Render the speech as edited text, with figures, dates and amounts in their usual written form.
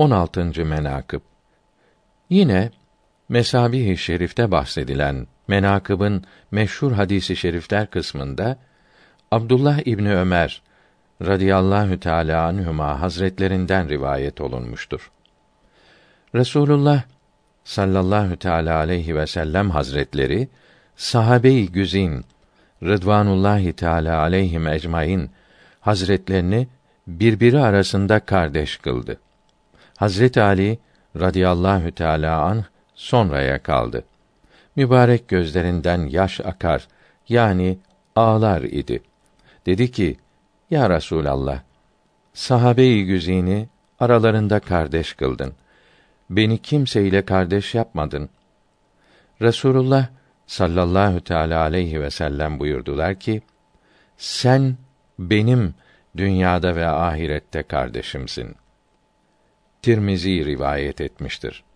16. menakıb. Yine Mesâbih-i Şerif'te bahsedilen menakıbın meşhur hadisi şerifler kısmında Abdullah İbni Ömer radıyallahu teâlâ anhuma hazretlerinden rivayet olunmuştur. Resulullah sallallahu teâlâ aleyhi ve sellem hazretleri sahabe-i güzin Rıdvanullahi Teâlâ aleyhim ecmaîn hazretlerini birbiri arasında kardeş kıldı. Hazreti Ali radıyallahu teâlâ anh sonraya kaldı. Mübarek gözlerinden yaş akar, yani ağlar idi. Dedi ki: Ya Resûlallah, sahabe-i güzini aralarında kardeş kıldın. Beni kimseyle kardeş yapmadın. Resulullah sallallahu teâlâ aleyhi ve sellem buyurdular ki: Sen benim dünyada ve ahirette kardeşimsin. Tirmizi rivayet etmiştir.